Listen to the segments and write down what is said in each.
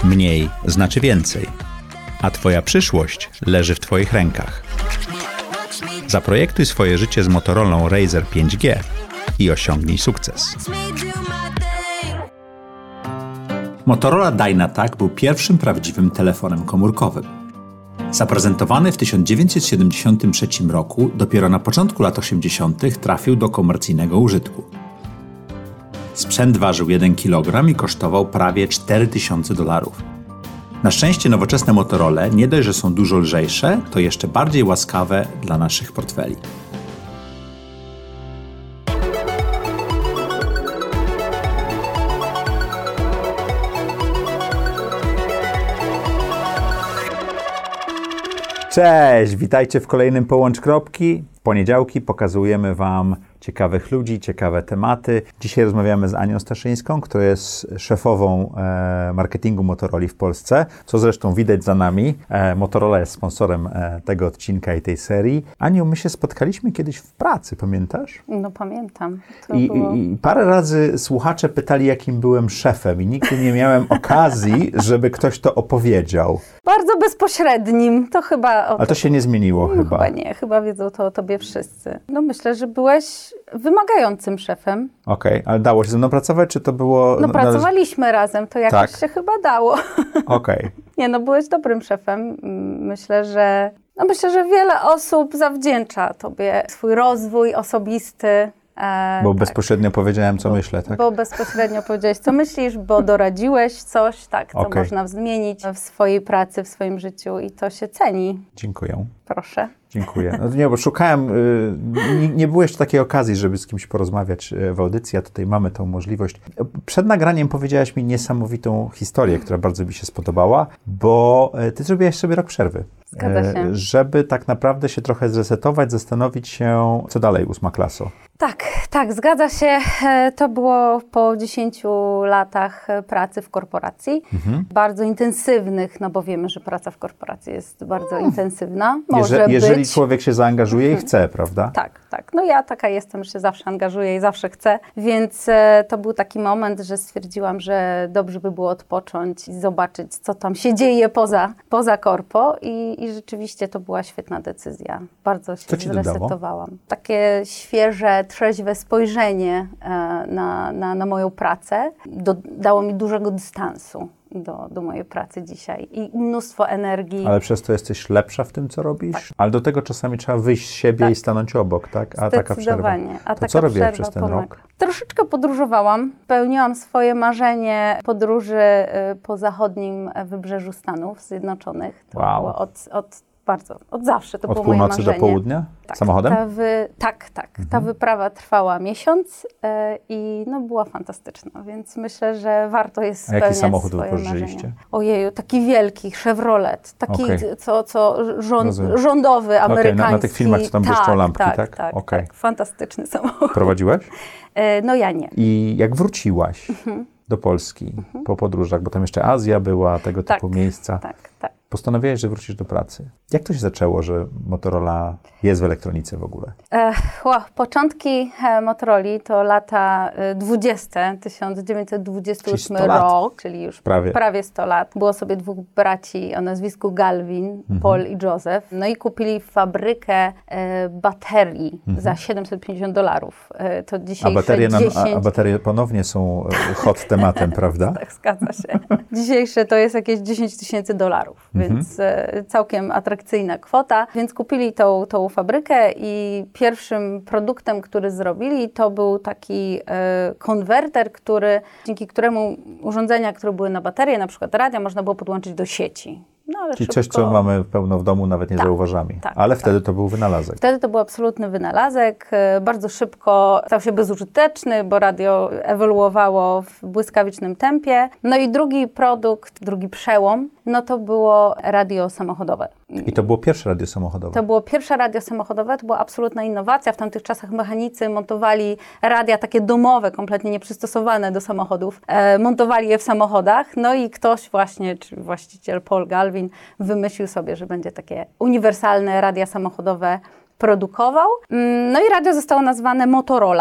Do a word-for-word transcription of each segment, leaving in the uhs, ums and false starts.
Mniej znaczy więcej, a Twoja przyszłość leży w Twoich rękach. Zaprojektuj swoje życie z Motorolą Razr pięć G i osiągnij sukces. Motorola Dynatac był pierwszym prawdziwym telefonem komórkowym. Zaprezentowany w tysiąc dziewięćset siedemdziesiątym trzecim roku, dopiero na początku lat osiemdziesiątych trafił do komercyjnego użytku. Sprzęt ważył jeden kilogram i kosztował prawie cztery tysiące dolarów. Na szczęście nowoczesne Motorole nie dość, że są dużo lżejsze, to jeszcze bardziej łaskawe dla naszych portfeli. Cześć, witajcie w kolejnym Połącz Kropki. W poniedziałki pokazujemy Wam ciekawych ludzi, ciekawe tematy. Dzisiaj rozmawiamy z Anią Staszyńską, która jest szefową e, marketingu Motoroli w Polsce, co zresztą widać za nami. E, Motorola jest sponsorem e, tego odcinka i tej serii. Aniu, my się spotkaliśmy kiedyś w pracy, pamiętasz? No pamiętam. To I, było... I parę razy słuchacze pytali, jakim byłem szefem i nigdy nie miałem okazji, żeby ktoś to opowiedział. Bardzo bezpośrednim, to chyba... Ale to się nie zmieniło no, chyba. Chyba nie, chyba wiedzą to o tobie wszyscy. No myślę, że byłeś wymagającym szefem. Okej, okay, ale dało się ze mną pracować, czy to było... No pracowaliśmy razem, to jakoś tak. się chyba dało. Okej. Okay. Nie, no byłeś dobrym szefem. Myślę, że... No myślę, że wiele osób zawdzięcza tobie swój rozwój osobisty. E, bo tak. bezpośrednio powiedziałem, co bo, myślę, tak? Bo bezpośrednio powiedziałeś, co myślisz, bo doradziłeś coś, tak, co okay. można zmienić w swojej pracy, w swoim życiu i to się ceni. Dziękuję. Proszę. Dziękuję. No nie, bo szukałem, y, nie, nie było jeszcze takiej okazji, żeby z kimś porozmawiać w audycji, a tutaj mamy tą możliwość. Przed nagraniem powiedziałaś mi niesamowitą historię, która bardzo mi się spodobała, bo ty zrobiłaś sobie rok przerwy. Zgadza się. Żeby tak naprawdę się trochę zresetować, zastanowić się, co dalej, ósma klaso. Tak, tak, zgadza się. To było po dziesięciu latach pracy w korporacji. Mhm. Bardzo intensywnych, no bo wiemy, że praca w korporacji jest bardzo hmm. intensywna. Może jeżeli, jeżeli być. człowiek się zaangażuje i chce, prawda? Tak, tak. No ja taka jestem, że się zawsze angażuję i zawsze chcę. Więc e, to był taki moment, że stwierdziłam, że dobrze by było odpocząć i zobaczyć, co tam się dzieje poza, poza korpo. I, I rzeczywiście to była świetna decyzja. Bardzo się zresetowałam. Takie świeże, trzeźwe spojrzenie e, na, na, na moją pracę do, dało mi dużego dystansu do, do mojej pracy dzisiaj i mnóstwo energii. Ale przez to jesteś lepsza w tym, co robisz? Tak. Ale do tego czasami trzeba wyjść z siebie tak. i stanąć obok, tak? A taka przerwa. A to taka co robiłaś przez ten pomaga. rok? Troszeczkę podróżowałam. Pełniłam swoje marzenie podróży y, po zachodnim wybrzeżu Stanów Zjednoczonych. To wow. było od, od Bardzo, od zawsze to od było moje marzenie. Od północy do południa? Tak, samochodem? Ta wy, tak, tak. Mhm. Ta wyprawa trwała miesiąc e, i no, była fantastyczna, więc myślę, że warto jest spełniać jaki samochód swoje wypożyczyliście? marzenia. Ojeju, taki wielki, Chevrolet, taki okay. co, co rząd, Rozumiem. rządowy, amerykański. Okay, na, na tych filmach, co tam tak, błyszczą lampki, tak? tak? Tak, okay. tak, fantastyczny samochód. Prowadziłaś? E, no ja nie. I jak wróciłaś mhm. do Polski mhm. po podróżach, bo tam jeszcze Azja była, tego tak, typu miejsca. Tak, tak. Postanowiłeś, że wrócisz do pracy. Jak to się zaczęło, że Motorola jest w elektronice w ogóle? E, wow, początki e, Motoroli to lata e, dwudzieste, tysiąc dziewięćset dwudziesty ósmy rok, czyli już prawie. prawie sto lat. Było sobie dwóch braci o nazwisku Galvin, mhm. Paul i Joseph. No i kupili fabrykę e, baterii mhm. za siedemset pięćdziesiąt dolarów. E, to dzisiejsze a, baterie nam, dziesięć... a, a baterie ponownie są hot tematem, prawda? Tak, zgadza się. Dzisiejsze to jest jakieś dziesięć tysięcy dolarów. Więc mhm. całkiem atrakcyjna kwota. Więc kupili tą, tą fabrykę i pierwszym produktem, który zrobili, to był taki e, konwerter, który, dzięki któremu urządzenia, które były na baterie, na przykład radia, można było podłączyć do sieci. No, ale Czyli szybko... coś, co mamy pełno w domu, nawet nie tak, zauważamy. Tak, ale tak. wtedy to był wynalazek. Wtedy to był absolutny wynalazek. Bardzo szybko stał się bezużyteczny, bo radio ewoluowało w błyskawicznym tempie. No i drugi produkt, drugi przełom, no to było radio samochodowe. I to było pierwsze radio samochodowe? To było pierwsze radio samochodowe, to była absolutna innowacja. W tamtych czasach mechanicy montowali radia takie domowe, kompletnie nieprzystosowane do samochodów. E, montowali je w samochodach, no i ktoś właśnie, czy właściciel Paul Galvin, wymyślił sobie, że będzie takie uniwersalne radia samochodowe produkował. No i radio zostało nazwane Motorola.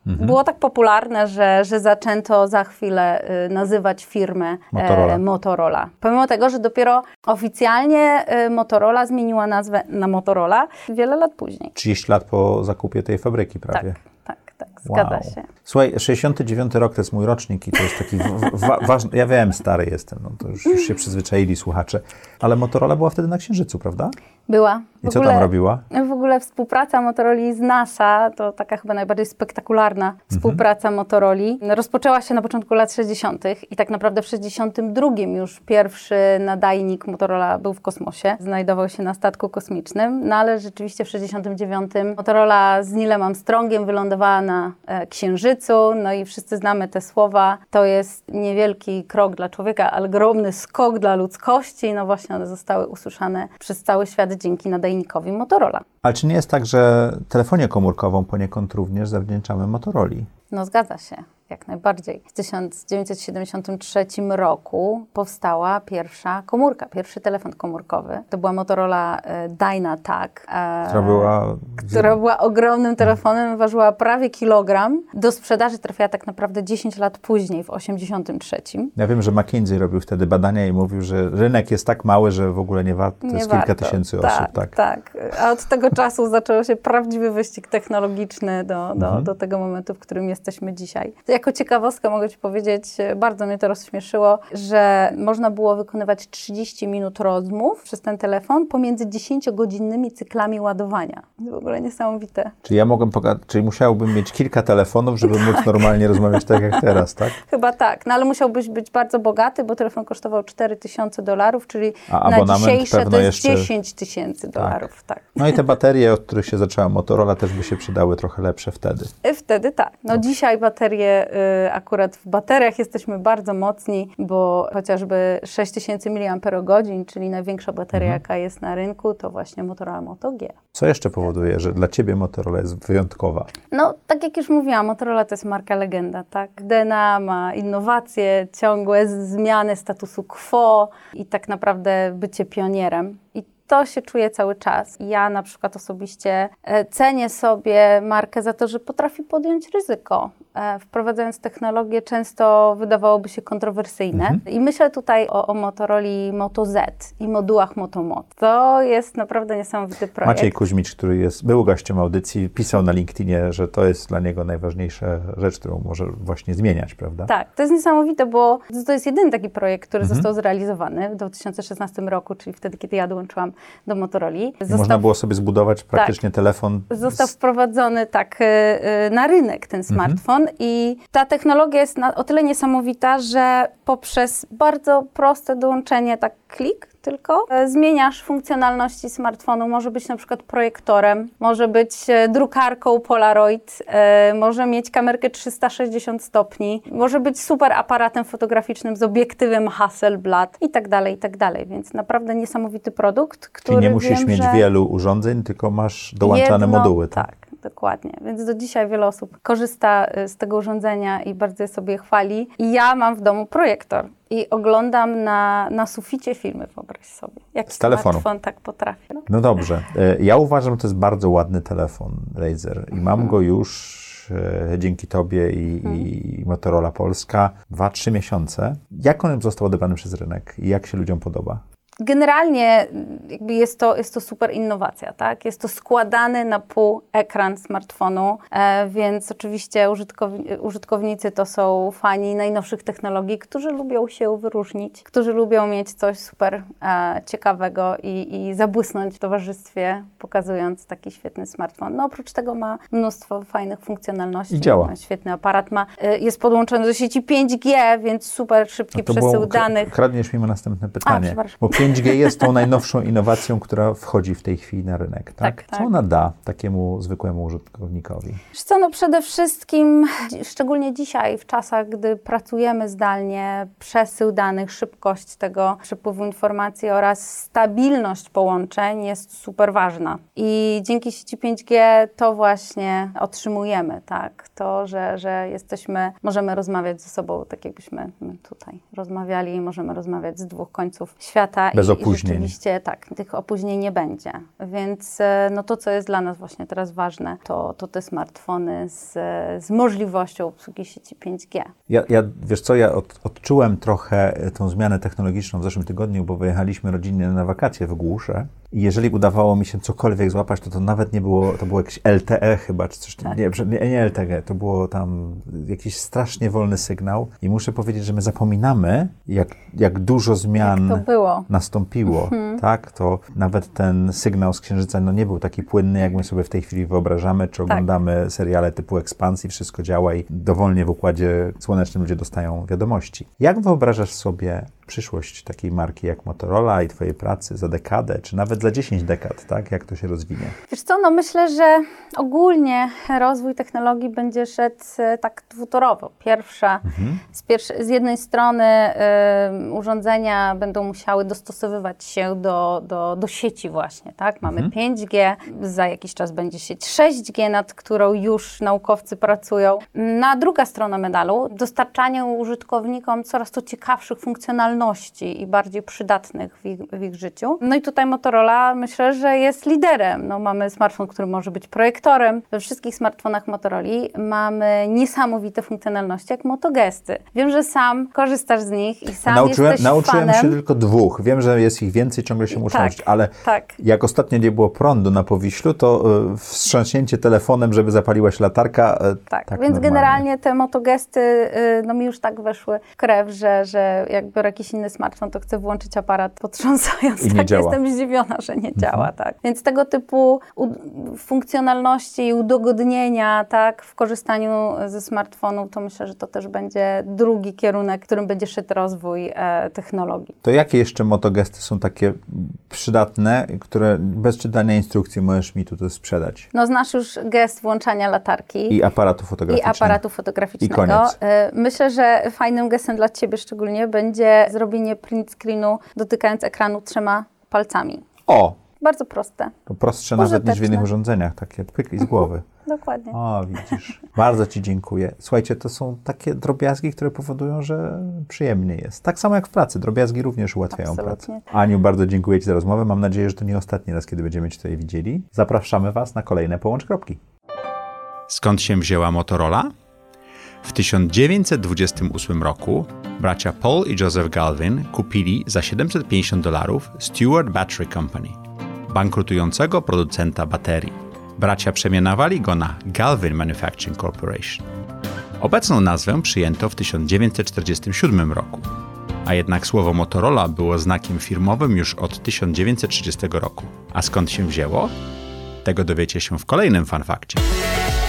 Mhm. Było tak popularne, że, że zaczęto za chwilę y, nazywać firmę Motorola. E, Motorola. Pomimo tego, że dopiero oficjalnie y, Motorola zmieniła nazwę na Motorola wiele lat później. trzydzieści lat po zakupie tej fabryki prawie. Tak, tak, tak, zgadza Wow. się. Słuchaj, sześćdziesiąty dziewiąty rok to jest mój rocznik i to jest taki wa- ważny, ja wiem, stary jestem, no to już, już się przyzwyczaili słuchacze, ale Motorola była wtedy na Księżycu, prawda? Była. I co tam robiła? W ogóle współpraca Motorola z NASA to taka chyba najbardziej spektakularna współpraca Motorola. Rozpoczęła się na początku lat sześćdziesiątych i tak naprawdę w sześćdziesiątym drugim już pierwszy nadajnik Motorola był w kosmosie. Znajdował się na statku kosmicznym, no ale rzeczywiście w sześćdziesiątym dziewiątym Motorola z Neilem Armstrongiem wylądowała na e, Księżycu, no i wszyscy znamy te słowa. To jest niewielki krok dla człowieka, ale ogromny skok dla ludzkości. No właśnie one zostały usłyszane przez cały świat dzięki nadajnikowi Motorola. Ale czy nie jest tak, że telefonię komórkową poniekąd również zawdzięczamy Motoroli? No zgadza się, jak najbardziej. W tysiąc dziewięćset siedemdziesiątym trzecim roku powstała pierwsza komórka, pierwszy telefon komórkowy. To była Motorola e, Dynatac, e, Która była... która była ogromnym telefonem, ważyła prawie kilogram. Do sprzedaży trafiła tak naprawdę dziesięć lat później, w osiemdziesiątym trzecim. Ja wiem, że McKinsey robił wtedy badania i mówił, że rynek jest tak mały, że w ogóle nie warto, to Nie jest warto. kilka tysięcy tak, osób. Tak, tak. A od tego czasu zaczął się prawdziwy wyścig technologiczny do, do, mhm. do tego momentu, w którym jesteśmy dzisiaj. Jako ciekawostkę mogę Ci powiedzieć, bardzo mnie to rozśmieszyło, że można było wykonywać trzydzieści minut rozmów przez ten telefon pomiędzy dziesięciogodzinnymi cyklami ładowania. W ogóle niesamowite. Czyli ja mogłem pogadać, czyli musiałbym mieć kilka telefonów, żeby móc normalnie rozmawiać tak jak teraz, tak? Chyba tak, no ale musiałbyś być bardzo bogaty, bo telefon kosztował cztery tysiące dolarów, czyli A na abonament dzisiejsze pewno to jest jeszcze... dziesięć tysięcy dolarów. Tak. No i te baterie, od których się zaczęła Motorola, też by się przydały trochę lepsze wtedy. Wtedy tak. No Dobrze. dzisiaj baterie, y, akurat w bateriach jesteśmy bardzo mocni, bo chociażby sześć tysięcy miliamperogodzin, czyli największa bateria, Mhm. jaka jest na rynku, to właśnie Motorola Moto G. Co jeszcze powoduje, że dla Ciebie Motorola jest wyjątkowa? No, tak jak już mówiłam, Motorola to jest marka legenda, tak? D N A ma innowacje, ciągłe zmiany statusu quo i tak naprawdę bycie pionierem. I to się czuje cały czas. Ja na przykład osobiście e, cenię sobie markę za to, że potrafi podjąć ryzyko. E, wprowadzając technologie często wydawałoby się kontrowersyjne. Mhm. I myślę tutaj o, o Motoroli Moto Z i modułach Moto Mod. To jest naprawdę niesamowity projekt. Maciej Kuźmicz, który jest, był gościem audycji, pisał na LinkedInie, że to jest dla niego najważniejsza rzecz, którą może właśnie zmieniać, prawda? Tak, to jest niesamowite, bo to jest jedyny taki projekt, który Mhm. został zrealizowany w dwa tysiące szesnastym roku, czyli wtedy, kiedy ja dołączyłam do Motoroli. Został, można było sobie zbudować praktycznie tak, telefon. Został z... wprowadzony tak na rynek ten smartfon mhm. i ta technologia jest na, o tyle niesamowita, że poprzez bardzo proste dołączenie, tak klik tylko, e, zmieniasz funkcjonalności smartfonu. Może być na przykład projektorem, może być e, drukarką Polaroid, e, może mieć kamerkę trzysta sześćdziesiąt stopni, może być super aparatem fotograficznym z obiektywem Hasselblad i tak dalej, i tak dalej. Więc naprawdę niesamowity produkt, który Czyli nie musisz wiem, mieć że wielu urządzeń, tylko masz dołączane jedno, moduły. Tak? tak. Dokładnie, więc do dzisiaj wiele osób korzysta z tego urządzenia i bardzo je sobie chwali. I ja mam w domu projektor i oglądam na, na suficie filmy, wyobraź sobie. Jak z telefonu. Smartfon tak potrafi. No. no dobrze. Ja uważam, że to jest bardzo ładny telefon Razer i mam hmm. go już e, dzięki Tobie i, hmm. i Motorola Polska dwa trzy miesiące. Jak on został odebrany przez rynek i jak się ludziom podoba? Generalnie jakby jest to, jest to super innowacja, tak? Jest to składany na pół ekran smartfonu, e, więc oczywiście użytkow- użytkownicy to są fani najnowszych technologii, którzy lubią się wyróżnić, którzy lubią mieć coś super e, ciekawego i, i zabłysnąć w towarzystwie, pokazując taki świetny smartfon. No oprócz tego ma mnóstwo fajnych funkcjonalności. I działa. Ma świetny aparat, ma, e, jest podłączony do sieci pięć G, więc super szybki to przesył było, danych. Kradniesz mi następne pytanie. A, bo pięć G jest tą najnowszą innowacją, która wchodzi w tej chwili na rynek, tak? Tak, Co tak. ona da takiemu zwykłemu użytkownikowi? Wiesz co, no przede wszystkim, szczególnie dzisiaj, w czasach, gdy pracujemy zdalnie, przesył danych, szybkość tego przepływu informacji oraz stabilność połączeń jest super ważna. I dzięki sieci pięć G to właśnie otrzymujemy, tak? To, że, że jesteśmy, możemy rozmawiać ze sobą tak, jakbyśmy tutaj rozmawiali, możemy rozmawiać z dwóch końców świata Bez i, opóźnień. I rzeczywiście tak, tych opóźnień nie będzie. Więc no to, co jest dla nas właśnie teraz ważne, to, to te smartfony z, z możliwością obsługi sieci pięć G. Ja, ja wiesz co, ja od, odczułem trochę tą zmianę technologiczną w zeszłym tygodniu, bo wyjechaliśmy rodzinnie na wakacje w Głusze i jeżeli udawało mi się cokolwiek złapać, to to nawet nie było, to było jakieś L T E chyba, czy coś, tak. nie, nie, nie L T E, to było tam jakiś strasznie wolny sygnał i muszę powiedzieć, że my zapominamy, jak, jak dużo zmian jak to było. nastąpiło, mhm. tak? To nawet ten sygnał z Księżyca no, nie był taki płynny, jak my sobie w tej chwili wyobrażamy, czy oglądamy tak. seriale typu Ekspansji, wszystko działa i dowolnie w Układzie Słonecznym ludzie dostają wiadomości. Jak wyobrażasz sobie przyszłość takiej marki jak Motorola i twojej pracy za dekadę, czy nawet za dziesięć dekad, tak? Jak to się rozwinie? Wiesz co, no myślę, że ogólnie rozwój technologii będzie szedł tak dwutorowo. Pierwsza, mhm. z, pierwsze, z jednej strony y, urządzenia będą musiały dostosowywać się do, do, do sieci właśnie, tak? Mamy mhm. pięć G, za jakiś czas będzie sieć sześć G, nad którą już naukowcy pracują. Na druga strona medalu, dostarczanie użytkownikom coraz to ciekawszych funkcjonalności i bardziej przydatnych w ich, w ich życiu. No i tutaj Motorola myślę, że jest liderem. No, mamy smartfon, który może być projektorem. We wszystkich smartfonach Motorola mamy niesamowite funkcjonalności jak motogesty. Wiem, że sam korzystasz z nich i sam nauczyłem, jesteś Nauczyłem fanem. się tylko dwóch. Wiem, że jest ich więcej, ciągle się muszę tak, nauczyć, ale tak. jak ostatnio nie było prądu na Powiślu, to y, wstrząśnięcie telefonem, żeby zapaliła się latarka. Y, tak, tak więc normalnie. Generalnie te motogesty y, no mi już tak weszły w krew, że, że jak biorę jakiś inny smartfon, to chcę włączyć aparat potrząsając. I nie tak, działa. Jestem zdziwiona, że nie mhm. działa. Tak. Więc tego typu u- funkcjonalności i udogodnienia tak, w korzystaniu ze smartfonu, to myślę, że to też będzie drugi kierunek, w którym będzie szedł rozwój e, technologii. To jakie jeszcze motogesty są takie przydatne, które bez czytania instrukcji możesz mi tutaj sprzedać? No znasz już gest włączania latarki. I aparatu fotograficznego. I aparatu fotograficznego. I koniec. Myślę, że fajnym gestem dla Ciebie szczególnie będzie zrobienie print screenu dotykając ekranu trzema palcami. O! Bardzo proste. To prostsze nawet niż w innych urządzeniach, takie pyk i z głowy. Dokładnie. O, widzisz. Bardzo Ci dziękuję. Słuchajcie, to są takie drobiazgi, które powodują, że przyjemnie jest. Tak samo jak w pracy. Drobiazgi również ułatwiają Absolutnie. pracę. Aniu, bardzo dziękuję Ci za rozmowę. Mam nadzieję, że to nie ostatni raz, kiedy będziemy Cię tutaj widzieli. Zapraszamy Was na kolejne Połącz Kropki. Skąd się wzięła Motorola? W tysiąc dziewięćset dwudziestym ósmym roku bracia Paul i Joseph Galvin kupili za siedemset pięćdziesiąt dolarów Stewart Battery Company, bankrutującego producenta baterii. Bracia przemianowali go na Galvin Manufacturing Corporation. Obecną nazwę przyjęto w tysiąc dziewięćset czterdziestym siódmym roku, a jednak słowo Motorola było znakiem firmowym już od tysiąc dziewięćset trzydziestego roku. A skąd się wzięło? Tego dowiecie się w kolejnym fun fakcie.